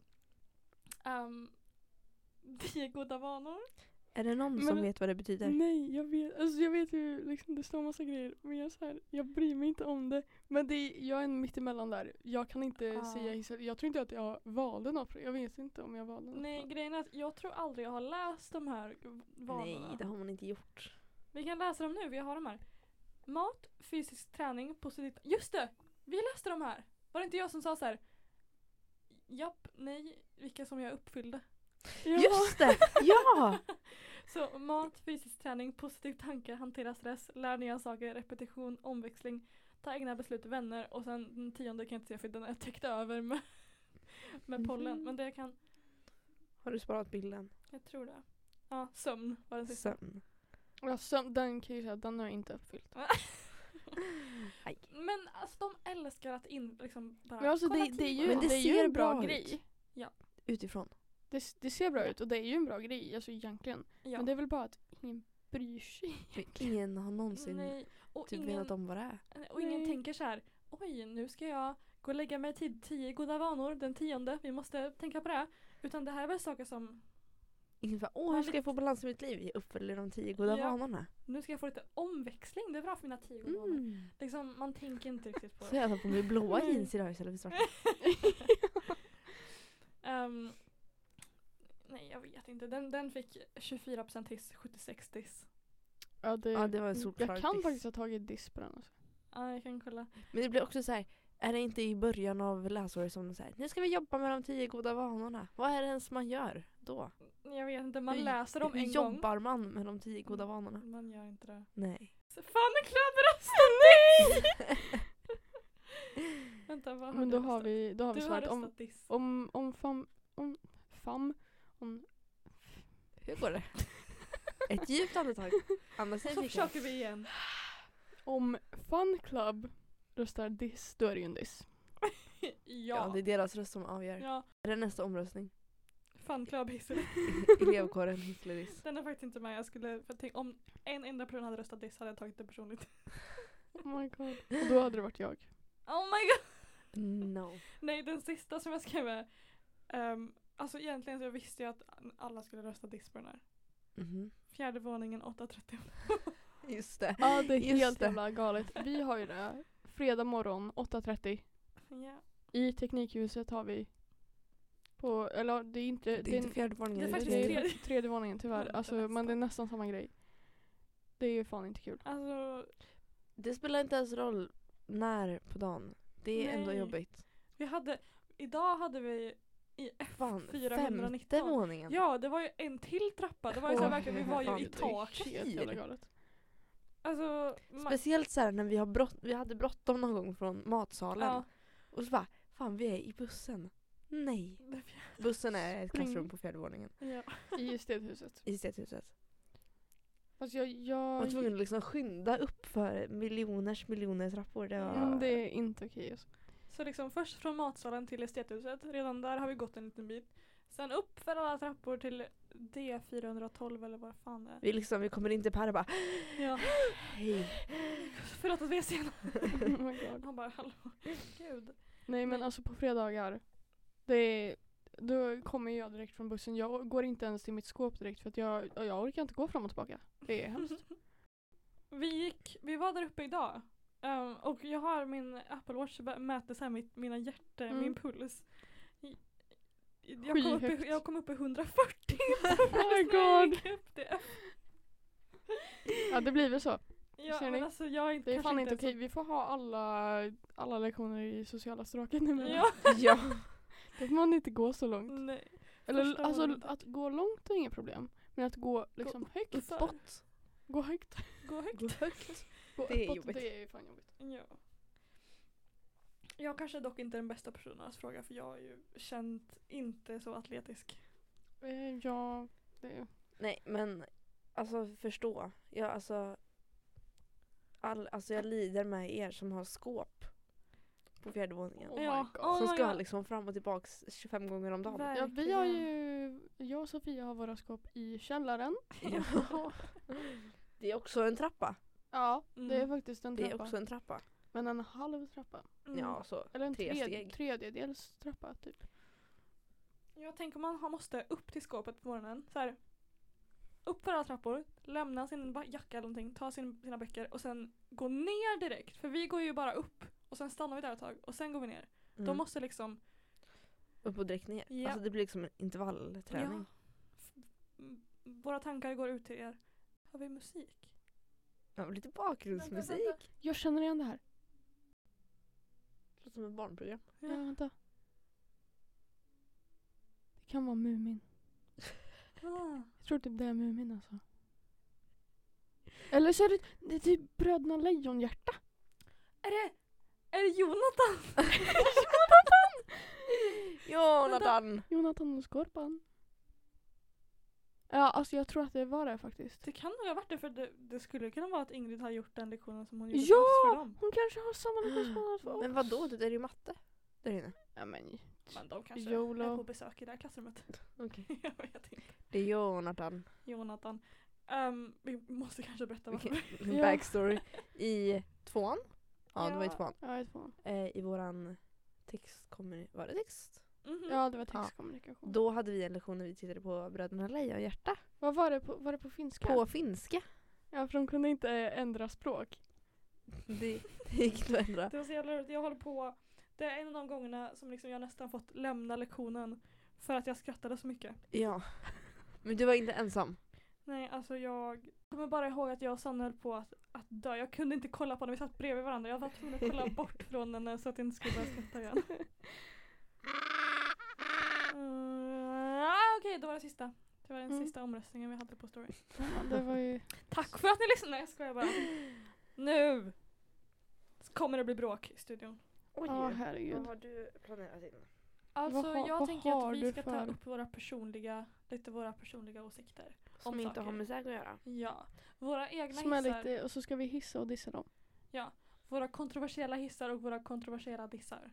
10 goda vanor. Är det någon Men- som vet vad det betyder? Nej, jag vet ju liksom det står massa grejer men jag bryr mig inte om det. Men jag är mittemellan där. Jag kan inte säga jag tror inte att jag valde något. Jag vet inte om jag valde något. Nej, grejen är att jag tror aldrig jag har läst de här vanorna. Nej, det har man inte gjort. Vi kan läsa dem nu, vi har dem här. Mat, fysisk träning, positivt. Just det! Vi läste de här. Var det inte jag som sa så här? Japp, nej, vilka som jag uppfyllde. Ja. Just det! Ja! Så mat, fysisk träning, positiv tanke, hantera stress, lär nya saker, repetition, omväxling, ta egna beslut, vänner och sen den 10:e kan jag inte se för den är täckt över med pollen. Mhm. Men det kan, Har du sparat bilden? jag tror det. Ja, sömn var den sista. Sömn. Alltså, den kan jag säga den har jag inte uppfyllt. Aj. Men alltså de älskar att liksom bara Men alltså kolla det är ju, Men det det är ju ser en bra bra ut. grej. Utifrån. Det ser bra ut och det är ju en bra grej alltså egentligen. Ja. Men det är väl bara att ingen bryr sig. Ingen har någonsin Nej. Och typ ingen, vetat om vad det är. och ingen Nej. tänker så här: oj, nu ska jag gå och lägga mig till 10 goda vanor den 10:e. Vi måste tänka på det. Utan det här är väl saker som, Ingen bara, hur ska jag få balans i mitt liv? Jag uppfyller de 10 goda Ja. vanorna. nu ska jag få lite omväxling. Det är bra för mina 10 goda vanor. Liksom, man tänker inte riktigt på Så jag har på mig blåa jeans idag istället för svarta. Nej, jag vet inte. Den fick 24% hiss, 76 diss. Ja, det var en solklar Jag kan diss. faktiskt ha tagit diss på den. Alltså. Ja, jag kan kolla. Men det blir också så här. Är det inte i början av läsåret som de säger nu ska vi jobba med de 10 goda vanorna? Vad är det ens man gör då? Jag vet inte, man Hur- läser dem hur en gång. jobbar man med de 10 goda vanorna? Man gör inte det. Nej. Så fan, en klubb röstar nej! Vänta, vad har Men du då har röstat? vi Du har svarat röstat diss. om Hur går det? Ett djupt andetag. Andas Så in i försöker vi igen. Om Fun Club röstar diss, då är det ju en diss. Ja, det är deras röst som avgör. Ja, Är det nästa omröstning? fanklubb hiss. Elevkåren Hissleris. Den är faktiskt inte med. Jag skulle, för tänk, om en enda person hade röstat diss hade jag tagit det personligt. Oh my god. Och då hade det varit jag. Oh my god! No. Nej, den sista som jag skrev är, alltså egentligen så jag visste ju att alla skulle rösta diss på den här. Mhm. 4:e våningen 8:30. Just det. Ja, det är Just helt det. jävla galet. Vi har ju det. Fredag morgon 8:30. Ja. I Teknikhuset har vi eller det är inte Det är inte fjärde våningen. Det är faktiskt det är tredje. tredje våningen tyvärr. Ja, Alltså, det är men det är nästan. nästan samma grej. Det är ju fan inte kul. Alltså, Det spelar inte ens roll när på dagen. Det är ändå Nej. jobbigt. idag hade vi i Fan, F419. femte våningen. Ja, det var ju en till trappa. Det var ju så här, verkligen, vi var ju i fan, taket. det är Helt jävla galet. Alltså, Speciellt så här när vi hade bråttom någon gång från matsalen. ja. Och så bara, fan vi är i bussen. Nej. Bussen är ett klassrum på fjärde våningen. Ja. I Stedhuset. I Stedhuset. Fast Man var tvungen att liksom skynda upp för miljoner trappor. Det var... det är inte okej alltså. Så liksom först från matsalen till estethuset. Redan där har vi gått en liten bit. Sen upp för alla trappor till D412 eller vad fan det är. Vi kommer inte på här och bara Ja. hej. Förlåt att vi är sena. Oh my god. Han bara, hallå. Gud. Nej men alltså på fredagar. Då kommer jag direkt från bussen. Jag går inte ens till mitt skåp direkt för att jag orkar inte gå fram och tillbaka. Det är hemskt. Vi var där uppe idag. Och jag har min Apple Watch mäter så här mina min puls. Skyhögt. Jag kom upp i 140. Oh my god. Det. Ja det blir väl så. Ja, Ser men ni? alltså jag är inte, Det är fan inte ens okej. Vi får ha alla lektioner i sociala stråket nu. Men Ja. Ja. då får man inte gå så långt. Nej. Eller Första alltså gången. att gå långt är inget problem. Men att gå liksom högt. Uppåt. Gå högt. Gå högt. Gå högt. Gå Det är uppåt, jobbigt. det är fan jobbigt. Ja. Jag kanske dock inte är den bästa personen att fråga för jag är ju känt inte så atletisk. Ja, det Nej men alltså förstå. Jag lider med er som har skåp på fjärde våningen. Oh Ja. my god. Oh Som my ska God. liksom fram och tillbaks 25 gånger om dagen. Ja, vi har ju, jag och Sofia har våra skåp i källaren. Ja. Det är också en trappa. Ja, det är Mm. faktiskt en Det trappa. är också en trappa. Men en halv trappa. Mm. Ja, så Eller en 3 steg. tredjedels trappa typ. Jag tänker man måste upp till skåpet på morgonen. Så här, upp för alla trappor, lämna sin jacka eller någonting, ta sina böcker och sen gå ner direkt. För vi går ju bara upp och sen stannar vi där ett tag och sen går vi ner. Mm. De måste liksom... Upp och direkt ner. Ja. Alltså det blir liksom en intervallträning. Våra tankar går ut till er. Har vi musik? Ja, lite bakgrundsmusik. Vänta. Jag känner igen det här. Låter som ett barnprogram. Ja, vänta. Det kan vara Mumin. Ah. Jag tror typ det är Mumin alltså. Eller så är det är typ Bröderna Lejonhjärta. Är det Jonathan? Jonathan! Jonathan och Skorpan. Ja, alltså jag tror att det var det faktiskt. Det kan nog ha varit det för det skulle kunna vara att Ingrid har gjort den lektionen som hon gjorde Ja! för dem. Hon kanske har samma lektion för oss. Men vadå? Det är ju matte. Där inne. Ja men Men de kanske YOLO. är på besök i det här klassrummet. Okej. Jag vet inte. Det är Jonathan. Jonathan. Vi måste kanske berätta varför. Ja. Backstory i 2:an. Ja, det var i Ja. 2:an. Ja, ett fan. I våran var det text? Mhm. Ja, det var textkommunikation. Då hade vi en lektion när vi tittade på Bröderna Lejonhjärta. Vad var det på, var det på finska? På finska. Ja, för de kunde inte ändra språk. Det gick inte att ändra. Det var så jävla roligt. Jag håller på. Det är en av de gångerna som liksom jag nästan fått lämna lektionen för att jag skrattade så mycket. Ja. Men du var inte ensam. Nej, alltså jag kommer bara ihåg att jag och Sanna höll på att dö. Jag kunde inte kolla på när vi satt bredvid varandra. Jag var tvungen att kolla bort från henne så att jag inte skulle börja skratta igen. Okej, då var det sista. Det var den sista omröstningen vi hade på story. Ja, det var ju... Tack för att ni lyssnade. Jag skojar bara. Nu kommer det bli bråk i studion. Ja, herregud. Vad har du planerat in? Alltså jag vad tänker har att vi du ska ta för- upp våra personliga åsikter. Som om inte saker. har med säg att göra. Ja. Våra egna Som är hissar. lite, och så ska vi hissa och dissa dem. Ja. Våra kontroversiella hissar och våra kontroversiella dissar.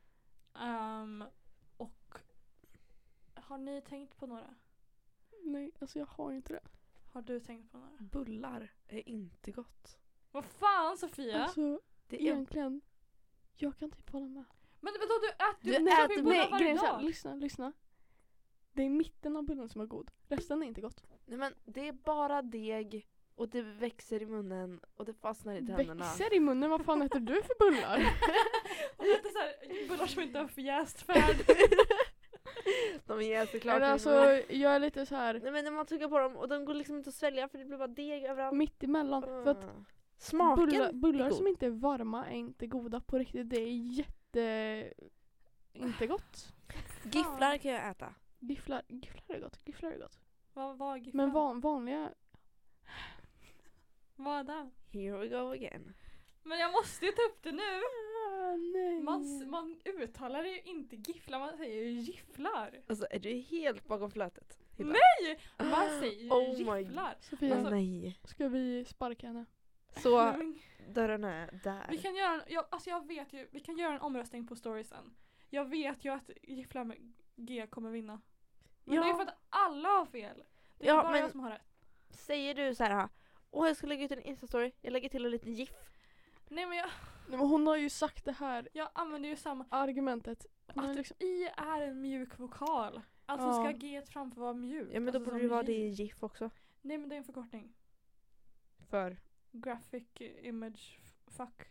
Och har ni tänkt på några? Nej, alltså jag har inte det. Har du tänkt på några? Bullar är inte gott. Vad fan Sofia? Alltså, Det är egentligen, jag kan typ hålla med. Men vadå du äter Du du äter- äter bullar varje grejen är så här, dag? lyssna. Det är mitten av bullen som är god. Resten är inte gott. Nej men det är bara deg och det växer i munnen och det fastnar i tänderna. Växer i munnen, vad fan äter du för bullar? Och det är så här, bullar som inte har förjäst färd. De är såklart. Eller alltså, jag är lite så här Nej men när man tuggar på dem och de går liksom inte att svälja för det blir bara deg överallt. mitt emellan. För att Smaken bullar är som god. inte är varma är inte goda på riktigt. Det är inte gott. Gifflar kan jag äta. Gifflar är gott. Gifflar är gott. Vad var gifflar? Men vanliga... Vad är det? Here we go again. Men jag måste ju ta upp det nu. Nej. Man uttalar ju inte gifflar, man säger ju gifflar. Alltså är du helt bakom flötet? Hilda? Nej! Man säger ju Oh my gifflar. Sofia, Alltså- Nej. ska vi sparka henne? Så Men dörren är där. vi kan göra jag vet ju, vi kan göra en omröstning på storiesen. Jag vet ju att gifflar med G kommer vinna. Men Ja. det är för att alla har fel. Det är Ja, bara men- jag som har rätt. Säger du så här: åh jag ska lägga ut en Insta-story, jag lägger till en liten giff. Nej men Nej, men hon har ju sagt det här jag använder ju samma. argumentet. Hon har Att liksom, I är en mjuk vokal. Alltså Ja. ska G framför vara mjuk. Ja men då alltså borde som det vara det J. i giff också. Nej men det är en förkortning. För? Graphic image fuck.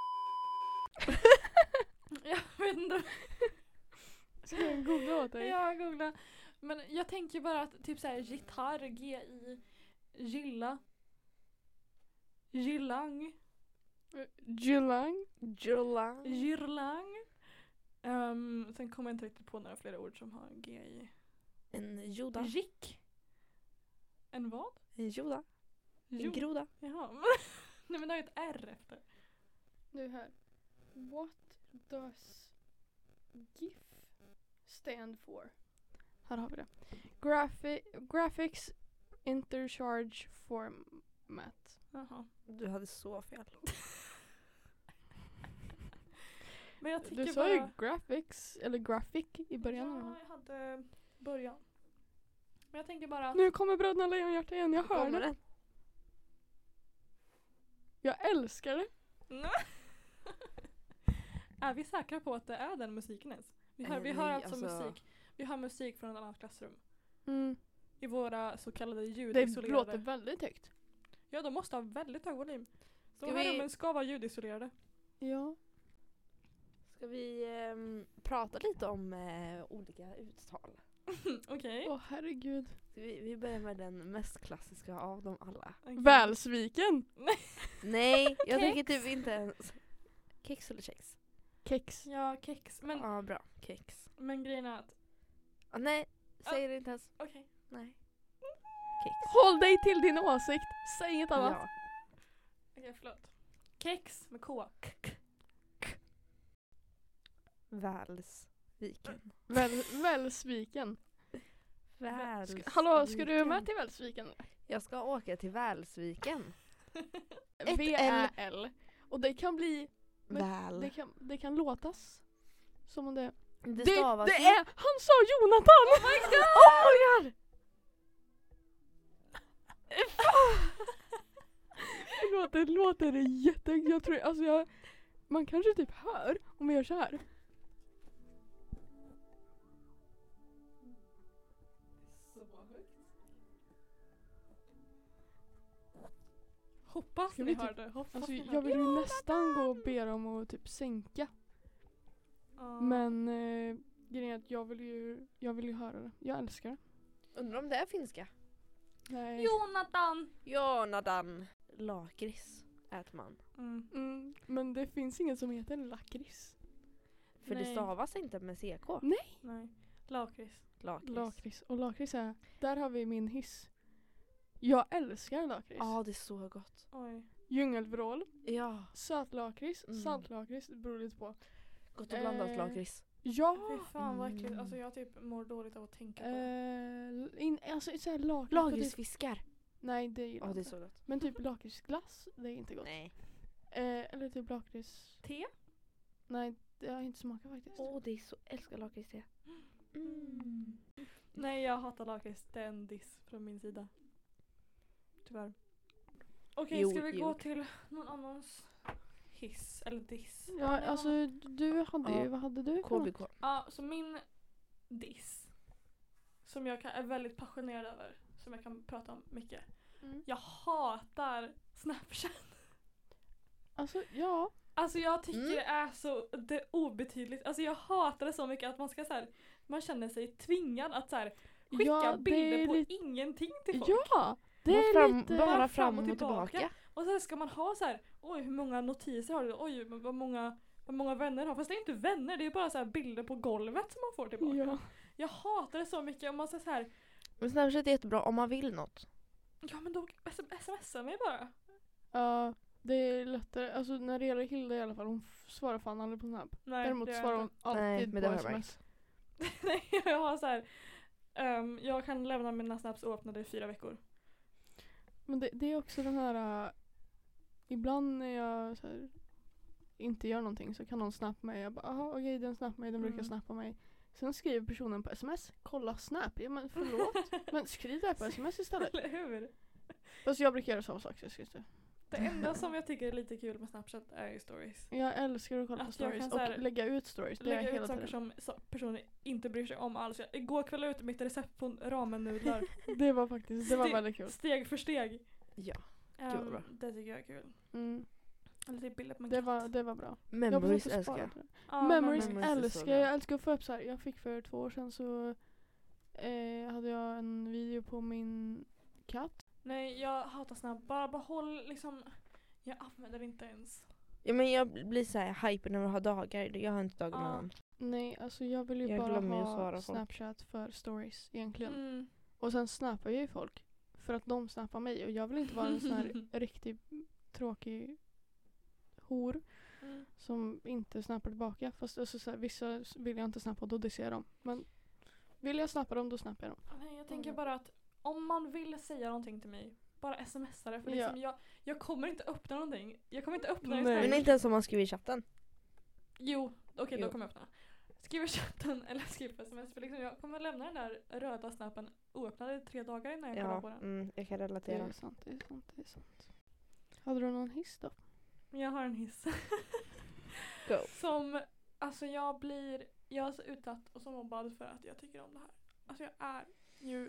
Jag vet inte. ska jag googla åt dig? Jag googlar. Men jag tänker bara att typ såhär gitarr, G-I, gilla, gillang, Julang. Julang. girlang. Sen kommer jag inte riktigt på några fler ord som har G-I. En joda. Gick. En vad? En joda. En Jo. groda. Jaha. Nej men det har ju ett R efter. Nu här. What does GIF stand for? Här har vi det. Graphics Interchange Format. Jaha. Du hade så fel. Men jag tycker Du sa bara... ju graphics, eller graphic i början. Ja, jag hade början. Men jag tänker bara att... Nu kommer Bröderna Lejonhjärta igen, jag hör Kommer det. den? Jag älskar det. Är vi säkra på att det är den musiken ens? Vi hör Nej, alltså alltså- musik. Vi har musik från ett annat klassrum. Mm. I våra så kallade Det ljudisolerade. låter väldigt högt. Ja, de måste ha väldigt hög volym. De Ska här vi- rummen ska vara ljudisolerade. Ja. Ska vi prata lite om olika uttal? Okej. Åh herregud. Vi börjar med den mest klassiska av dem alla. Okej. Välsviken. Nej, jag Kex. tänker typ inte ens... Kex eller kex? Kex. Ja, kex. Men, Ja, bra. Kex. men grejen är att... Nej, säger det inte ens. Okej. Nej. Kex. Håll dig till din åsikt. Säg inget annat. Ja. Okej, förlåt. Kex med K. Välsviken. Välsviken. Välsviken. Hallå, ska du med till Välsviken? Jag ska åka till Välsviken. V-Ä-L. Och det kan bli... Men Väl. Det kan låtas som om det... Det Det stavas ju. är... Han sa Jonathan! Oh my god! det låter jag tror, alltså man kanske typ hör om vi gör så här. Hoppas Ska ni vi typ- hörde. Hoppas Alltså ni jag vill ju nästan gå och be dem att typ sänka. Men grejen är att jag vill ju höra det. Jag älskar det. Undrar om det är finska? Nej. Jonathan! Jonathan. Lakrits äter man. Men det finns inget som heter lakrits. För det Nej. stavas inte med CK. Nej. Lakrits. Lakrits. Och lakrits är, där har vi min hiss. Jag älskar lakrits. Ja, det är så gott. Oj. Djungelvrål, Ja, sötlakrits, Mm. saltlakrits, det beror lite på. gott och blandat Eh, lakrits. Ja! Fy fan vad äckligt. Mm. Alltså jag typ mår dåligt av att tänka på det. Alltså såhär lakrits. Typ, Lakritsfiskar. nej, det gillar Ja, jag det är inte. så gott. Men typ lakritsglass, det är inte gott. Nej. Eller typ lakrits... Te? Nej, det har inte smakat faktiskt. Det är så... Älskar lakritste. Nej, jag hatar lakrits. Det är en diss från min sida. Tyvärr. Okej, Jo, ska vi jo. gå till någon annans hiss eller diss? Ja, alltså du hade ju, Ja. vad hade du? KBK. Ja, så min diss som jag är väldigt passionerad över, som jag kan prata om mycket. Mm. Jag hatar Snapchat. Alltså, ja. Alltså jag tycker Mm. det är så det är obetydligt. Alltså jag hatar det så mycket att man ska så här, man känner sig tvingad att så här, skicka Ja, det bilder är på lite- ingenting till folk. Ja! Det är lite... bara fram och tillbaka. Och sen ska man ha så här, oj hur många notiser har du? Oj vad många vänner har. Fast det är inte vänner, det är bara så här bilder på golvet som man får tillbaka. Ja. Jag hatar det så mycket om man säger så här, Men Snapchat är jättebra om man vill något. ja men då smsar mig bara. Ja, det är lättare. Alltså när det gäller Hilda i alla fall, hon svarar fan aldrig på Snap. Nej, Däremot det gör svarar jag hon inte. alltid Nej, men på det har jag sms. Nej, jag har så här, jag kan lämna mina snaps oöppnade i 4 veckor. Men det är också den här... ibland när jag så här, inte gör någonting så kan någon snappa mig. Jag bara, aha, okej, den snappar mig, den brukar snappa mig. Sen skriver personen på sms, kolla snap. Ja, men förlåt. Men skriv det här på sms istället. Eller hur? Fast jag brukar göra samma sak. Så jag skriver det. Det enda som jag tycker är lite kul med Snapchat är ju stories. Jag älskar att kolla på Att jag stories kan så här och lägga ut stories. Det gör jag Lägga ut hela saker tiden. som personer inte bryr sig om alls. Igår kväll ut mitt recept på ramen-nudlar. Det var faktiskt, det var väldigt kul. Steg för steg. Ja. Gud, vad bra. Det tycker jag är kul. Mm. Eller typ bilder på en Det katt. var bra. Memories försökte älskar spara jag. på det. Ja, Memories Memories är så älskar bra. jag. älskar att få upp så här. Jag fick för 2 år sedan så hade jag en video på min katt. Nej, jag hatar Snap. Bara behåll liksom. Jag använder det inte ens. Ja, men jag blir så här hyper när man har dagar. Jag har inte dagar med Ja. någon. Nej, alltså jag vill ju Jag bara glömmer ju att ha svara folk. Snapchat för stories egentligen. Mm. Och sen snappar jag ju folk för att de snappar mig och jag vill inte vara en sån här riktigt tråkig hor Mm. som inte snappar tillbaka. Fast alltså, så här, vissa vill jag inte snappa och då disser jag dem. Men vill jag snappa dem, då snappar jag dem. Nej, jag tänker bara att om man vill säga någonting till mig, bara smsa det. För liksom jag kommer inte öppna någonting. Jag kommer inte öppna det. Nej. Men inte ens om man skriver i chatten. Jo, okej, då Jo. kommer jag öppna. Skriv i chatten eller skriv på sms. För liksom jag kommer lämna den där röda snappen oöppnad i 3 dagar innan jag kollar på Ja, den. jag kan Det relatera. är sant, det är sant, det är sant. Hade du någon hiss då? Men jag har en hiss. Go. Som, alltså jag är så utsatt och så mobbad för att jag tycker om det här. Alltså jag är ju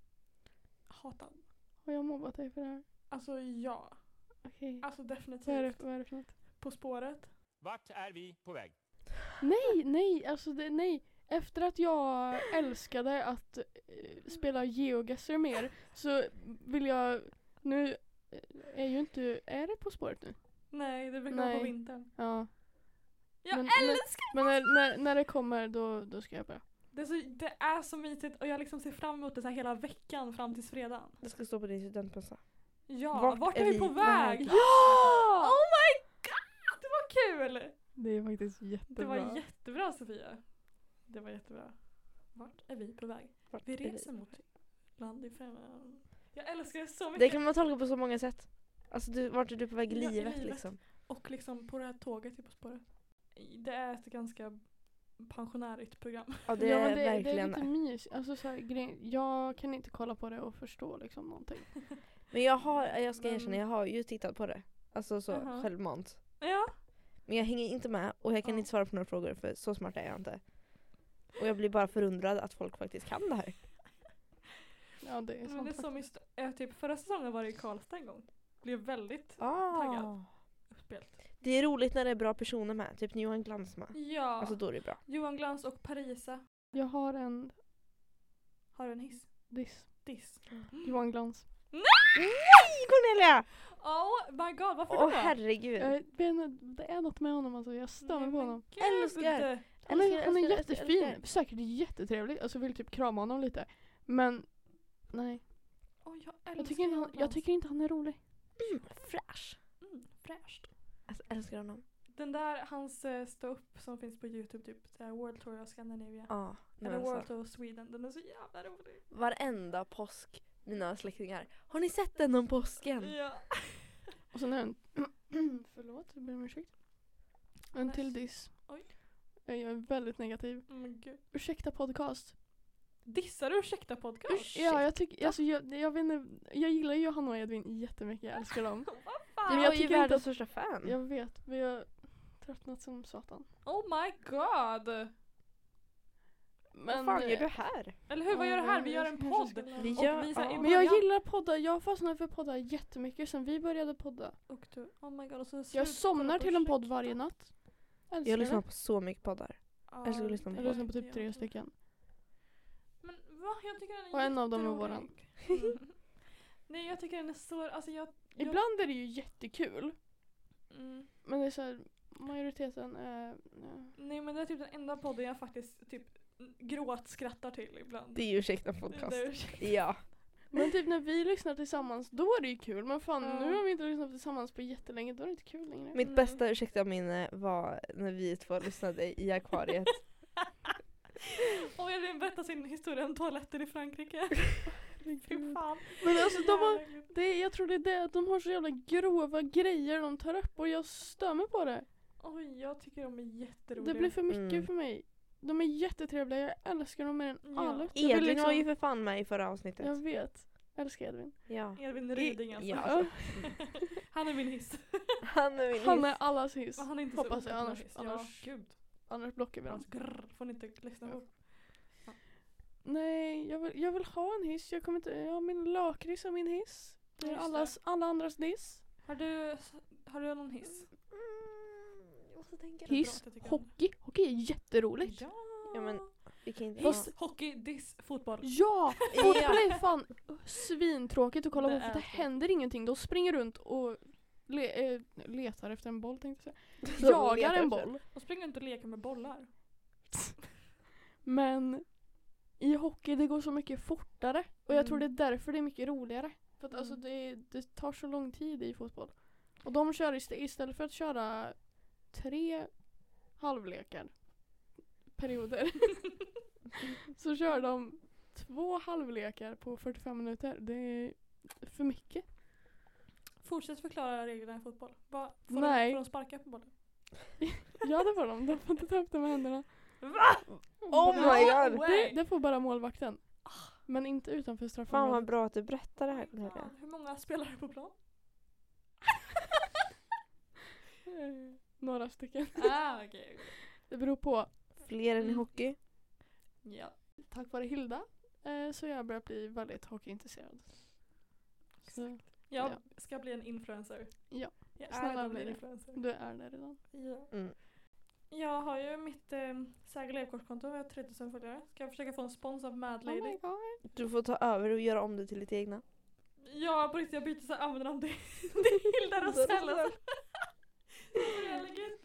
hatad. Har jag mobbat dig för det här? Alltså ja. Okej. Alltså Vad är definitivt. det, vad är det för något? På spåret. Vart är vi på väg? Nej, alltså nej. Efter att jag älskade att spela GeoGuessr mer så vill jag nu är ju inte, är det På spåret nu? Nej, det brukar vara på Nej. vintern. Ja. Jag Men- älskar Men när det kommer då ska jag börja. det är så mysigt och jag liksom ser fram emot det så här hela veckan fram till fredagen. Det ska stå på din studentmössa. Ja, vart är vi på väg? väg? Ja! Oh my god, det var kul! Det är faktiskt Det jättebra. var jättebra Sofia. Det var jättebra. Vart är vi på väg? Vart Vi är vi? reser mot land i främmande. Jag älskar det så mycket. Det kan man tolka på så många sätt. Alltså vart är du på väg i Ja, i livet livet. liksom? Och liksom på det här tåget i På spåret. Det är ett ganska pensionärigt program. Ja, det Ja, är men det är verkligen lite det. mysigt. Alltså, så här, jag kan inte kolla på det och förstå liksom någonting. Men jag ska Men- erkänna, jag har ju tittat på det. Alltså så Aha. självmant. Ja. Men jag hänger inte med och jag kan Ja. inte svara på några frågor för så smart är jag inte. Och jag blir bara förundrad att folk faktiskt kan det här. Ja, det är Men sant det är som faktiskt. typ förra säsongen var det i Karlstad en gång. Blev väldigt Ah. uppspelt. Det är roligt när det är bra personer med, typ Johan Glans med. Ja. Alltså då är det bra. Johan Glans och Parisa. Jag har en Har du en hiss? Diss. Johan Glans. Nej Cornelia! Oh my god, varför Åh då? herregud. Jag vet inte, det är något med honom alltså. Jag stör mig på honom. Älskar. Han är älskar, jättefin. älskar. Säkert jättetrevlig. Alltså vill typ krama honom lite. Men nej. Jag tycker inte han är rolig. Fräsch. Fräscht. Alltså älskar honom. Den där, hans stå-upp som finns på YouTube, typ så här World Tour of Scandinavia. Ja. Eller Alltså, World Tour of Sweden. Den är så jävla rolig. varenda påsk, mina släktingar. Har ni sett den om påsken? Ja. Och sen är en förlåt, jag ber om ursäkt. En till diss. Oj. Jag är väldigt negativ. Men gud. Ursäkta podcast. Dissar du Ursäkta podcast? Ja, jag tycker alltså jag vet inte, jag gillar ju Johanna och Edvin jättemycket. Jag älskar dem. Jag, jag är ju tycker inte världens att- största fan. Jag vet, men jag har tröttnat som satan. Oh my god. Men Vad fan gör du här? Eller hur, vad gör du här? Vi gör en podd. Vi Och gör, vi så här ja. i Men jag början- gillar poddar, jag har fastnat för poddar jättemycket sen vi började podda. Och du, oh my god. Och så Jag slut- somnar kolla på till en podd Ursäkta. varje natt. Älskar Jag lyssnar det. på så mycket poddar. Ja, älskar att lyssna på Jag det lyssnar på vet typ jag 3 också. stycken. Men va? Jag tycker den är Och en av dem är jätterolig. Nej, jag tycker den är så, alltså jag Ibland är det ju jättekul. mm. Men det är så här, majoriteten är... Nej, men det är typ den enda podden jag faktiskt typ gråtskrattar till ibland. Det är ju Ursäkta podcast. Det är- Ja. Men typ när vi lyssnar tillsammans, då är det ju kul. Men fan, Ja. nu har vi inte lyssnat tillsammans på jättelänge, då är det inte kul längre. Mitt Nej. bästa Ursäkta minne var när vi två lyssnade i akvariet. Och jag vill berätta sin historia om toaletten i Frankrike. Fy fan. Men alltså de har, Jävla gud. jag tror det är det att de har så jävla grova grejer de tar upp och jag stör mig på det. Oj, jag tycker de är jätteroliga. Det blir för mycket Mm. för mig. De är jättetrevliga, jag älskar dem mer än Ja. alla. Jag vill Edvin var ju liksom- för fan med i förra avsnittet. Jag vet. Älskar Edvin. Ja. Edvin Ryding alltså. Ja. Han är min hiss. Han är min Han hiss. är allas hiss. Och han är inte Hoppas så jag, opopulär annars- hiss. annars- Ja, gud. Annars blockar vi dem. Annars grrr, får ni inte lyssna på. Nej, jag vill ha en hiss. Jag kommer inte... Ja, min lakrits är min hiss. Det är Ja, just alla andras diss. Har du någon hiss? Jag måste tänka. Hiss, bra att jag tycker om hockey är jätteroligt. Ja. Ja, men vi kan inte Hiss, hockey, diss, fotboll. Ja! Fotboll är fan svintråkigt att kolla Det på för är det så. händer ingenting. De springer runt och letar efter en boll tänkte jag säga. Så Jagar letar en efter. boll. Och springer inte och leker med bollar. Men i hockey det går så mycket fortare. Och jag tror det Mm. är därför det är mycket roligare. För att alltså Mm. det tar så lång tid i fotboll. Och de kör istället för att köra 3 halvlekar perioder så kör de 2 halvlekar på 45 minuter. Det är för mycket. Fortsätt förklara reglerna i fotboll. Får Nej. de sparka på bollen? Ja, det får de. De får inte ta upp det med händerna. Va? Oh my god. Det får bara målvakten. Men inte utanför Fan vad straffområdet. bra att du berättar det här Cornelia. Fan, hur många spelare på plan? Några stycken. Okej. Det beror på. Fler än i Mm. hockey. Ja. Tack vare Hilda så jag börjar bli väldigt hockeyintresserad. Så Jag Ja. ska bli en influencer. Ja. Jag är Snälla redan bli en det. influencer. du är där redan. Ja. Mm. Jag har ju mitt Säg elevkortskonto. Jag har 3000 följare. Ska jag försöka få en spons av Mad Oh Lady? my god. Du får ta över och göra om det till ditt egna. Ja, på riktigt. Jag byter så här användarnamn till Hilda Rosell. Jag lägger ut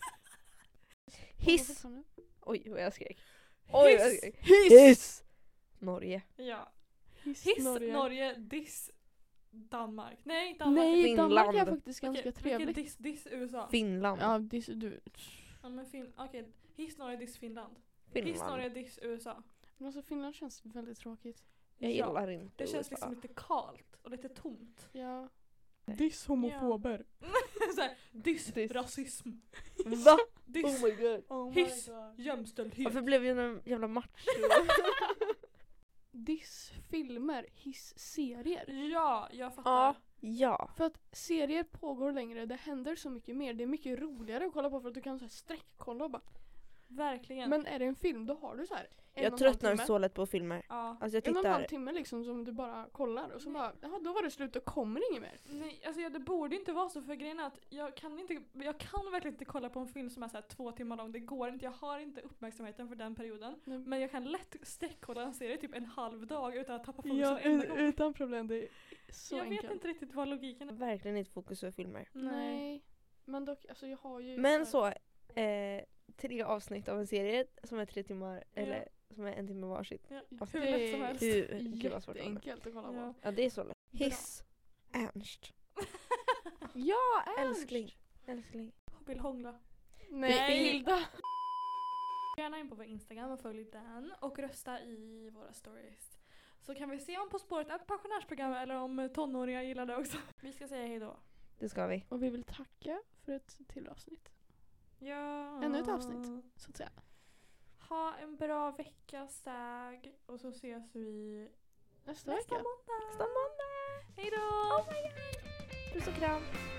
Hiss! Vad Oj vad jag skrek. Oj vad jag Hiss! skrek. Hiss! Norge. Ja. Hiss, Hiss, Norge. Norge, diss, Danmark. Nej, Danmark. Nej, Finland. Danmark är faktiskt Okej, ganska vilken trevligt. diss USA? Finland. Ja, du. Ja, men Okej, hiss, Norge, diss, Finland. Hiss, Finland. Norge, diss, USA. Men alltså Finland känns väldigt tråkigt. Jag Ja, gillar inte Det känns USA. liksom lite kalt och lite tomt. Ja. Diss homofober. Såhär, diss, Diss. rasism. Va? Diss, Oh my god. Oh hiss, jämställdhet. Varför blev det en jävla match? Diss filmer, hiss serier. Ja, jag fattar. Ja. Ja. För att serier pågår längre, det händer så mycket mer. Det är mycket roligare att kolla på för att du kan så här sträckkolla och bara. Verkligen. Men är det en film då har du så här Jag tröttnar så lätt på filmer. ja. Alltså jag 1,5 tittar. timme liksom som du bara kollar och så Nej. bara, jaha då var det slut och kommer inget mer. Nej, alltså det borde inte vara så, för grejen är att jag kan verkligen inte kolla på en film som är så här 2 timmar lång. Det går inte, jag har inte uppmärksamheten för den perioden. Men jag kan lätt sträckkolla en serie typ en halv dag utan att tappa fokus Ja, en enda gång. utan problem, det är så Jag enkelt. vet inte riktigt vad logiken är. Verkligen inte fokus för filmer. Nej. Men dock, alltså jag har ju... Men så, 3 avsnitt av en serie som är 3 timmar, Ja. eller som är 1 timme varsitt. Ja, Alltså, hur lätt som helst. Gud vad svårt det var. Jätteenkelt att kolla på. Ja. Ja, det är så lätt. Hiss. Ernst. Ja, Älskling. Älskling. Vill hångla. Nej, Hilda. Gå gärna in på vår Instagram och följ den och rösta i våra stories. Så kan vi se om På spåret är ett pensionärsprogram eller om tonåringar gillar det också. Vi ska säga hej då. Det ska vi. Och vi vill tacka för ett till avsnitt. Ja. Ännu ett avsnitt, så att säga. Ha en bra vecka, Stag. Och så ses vi Nästa nästa vecka. måndag. Nästa måndag. Hej då! Puss och kram.